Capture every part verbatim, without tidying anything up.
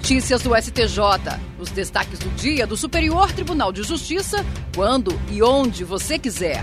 Notícias do S T J. Os destaques do dia do Superior Tribunal de Justiça, quando e onde você quiser.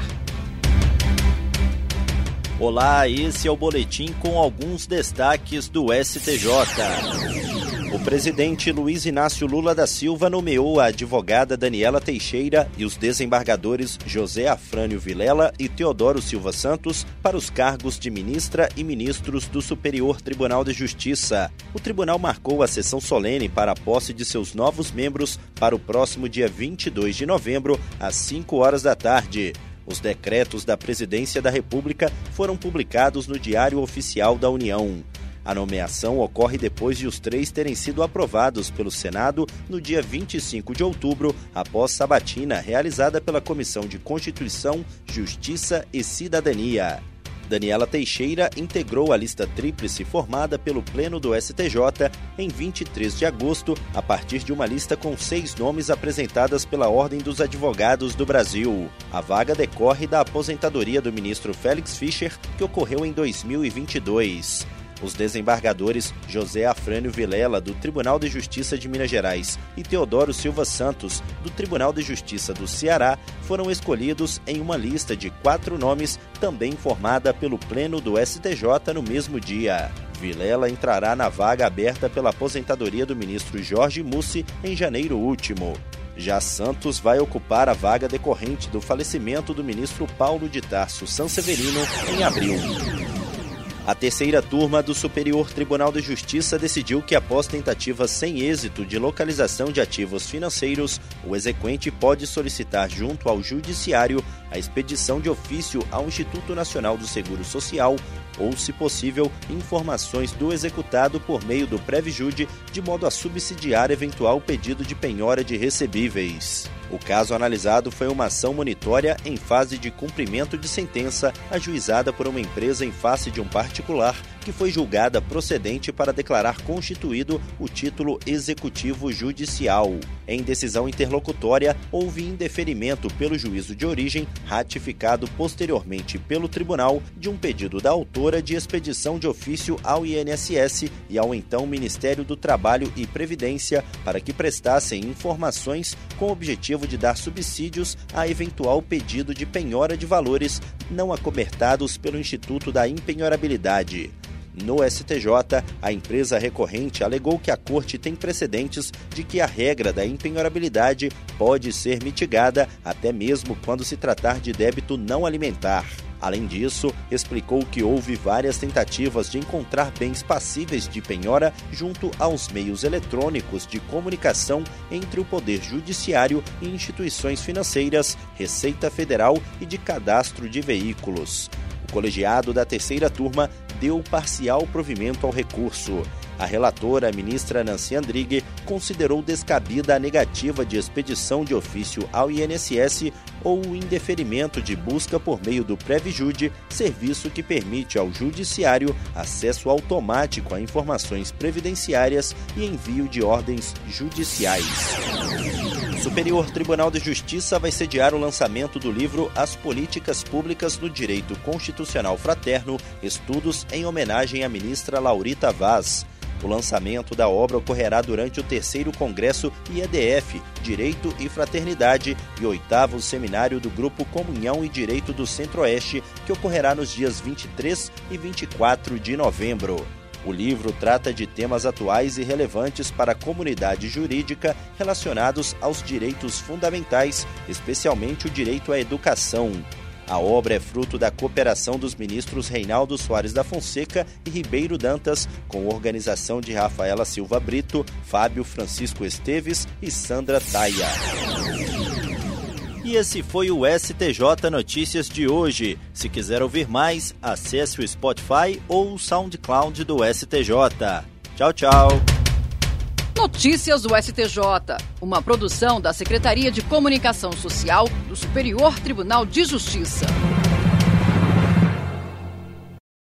Olá, esse é o boletim com alguns destaques do S T J. O presidente Luiz Inácio Lula da Silva nomeou a advogada Daniela Teixeira e os desembargadores José Afrânio Vilela e Teodoro Silva Santos para os cargos de ministra e ministros do Superior Tribunal de Justiça. O tribunal marcou a sessão solene para a posse de seus novos membros para o próximo dia vinte e dois de novembro, às cinco horas da tarde. Os decretos da Presidência da República foram publicados no Diário Oficial da União. A nomeação ocorre depois de os três terem sido aprovados pelo Senado no dia vinte e cinco de outubro, após sabatina realizada pela Comissão de Constituição, Justiça e Cidadania. Daniela Teixeira integrou a lista tríplice formada pelo Pleno do S T J em vinte e três de agosto, a partir de uma lista com seis nomes apresentadas pela Ordem dos Advogados do Brasil. A vaga decorre da aposentadoria do ministro Félix Fischer, que ocorreu em dois mil e vinte e dois. Os desembargadores José Afrânio Vilela, do Tribunal de Justiça de Minas Gerais, e Teodoro Silva Santos, do Tribunal de Justiça do Ceará, foram escolhidos em uma lista de quatro nomes, também formada pelo Pleno do S T J no mesmo dia. Vilela entrará na vaga aberta pela aposentadoria do ministro Jorge Mussi em janeiro último. Já Santos vai ocupar a vaga decorrente do falecimento do ministro Paulo de Tarso Sanseverino em abril. A terceira turma do Superior Tribunal de Justiça decidiu que, após tentativa sem êxito de localização de ativos financeiros, o exequente pode solicitar junto ao Judiciário a expedição de ofício ao Instituto Nacional do Seguro Social ou, se possível, informações do executado por meio do Previjude, de modo a subsidiar eventual pedido de penhora de recebíveis. O caso analisado foi uma ação monitória em fase de cumprimento de sentença ajuizada por uma empresa em face de um particular que foi julgada procedente para declarar constituído o título executivo judicial. Em decisão interlocutória, houve indeferimento pelo juízo de origem, ratificado posteriormente pelo tribunal, de um pedido da autora de expedição de ofício ao I N S S e ao então Ministério do Trabalho e Previdência para que prestassem informações com o objetivo de dar subsídios a eventual pedido de penhora de valores não acobertados pelo Instituto da Impenhorabilidade. No S T J, a empresa recorrente alegou que a Corte tem precedentes de que a regra da impenhorabilidade pode ser mitigada até mesmo quando se tratar de débito não alimentar. Além disso, explicou que houve várias tentativas de encontrar bens passíveis de penhora junto aos meios eletrônicos de comunicação entre o Poder Judiciário e instituições financeiras, Receita Federal e de cadastro de veículos. O colegiado da terceira turma deu parcial provimento ao recurso. A relatora, a ministra Nancy Andrighi, considerou descabida a negativa de expedição de ofício ao I N S S ou o indeferimento de busca por meio do Previjude, serviço que permite ao Judiciário acesso automático a informações previdenciárias e envio de ordens judiciais. O Superior Tribunal de Justiça vai sediar o lançamento do livro As Políticas Públicas no Direito Constitucional Fraterno, estudos em homenagem à ministra Laurita Vaz. O lançamento da obra ocorrerá durante o terceiro Congresso I E D F, Direito e Fraternidade, e oitavo Seminário do Grupo Comunhão e Direito do Centro-Oeste, que ocorrerá nos dias vinte e três e vinte e quatro de novembro. O livro trata de temas atuais e relevantes para a comunidade jurídica relacionados aos direitos fundamentais, especialmente o direito à educação. A obra é fruto da cooperação dos ministros Reinaldo Soares da Fonseca e Ribeiro Dantas, com organização de Rafaela Silva Brito, Fábio Francisco Esteves e Sandra Taia. E esse foi o S T J Notícias de hoje. Se quiser ouvir mais, acesse o Spotify ou o SoundCloud do S T J. Tchau, tchau. Notícias do S T J, uma produção da Secretaria de Comunicação Social do Superior Tribunal de Justiça.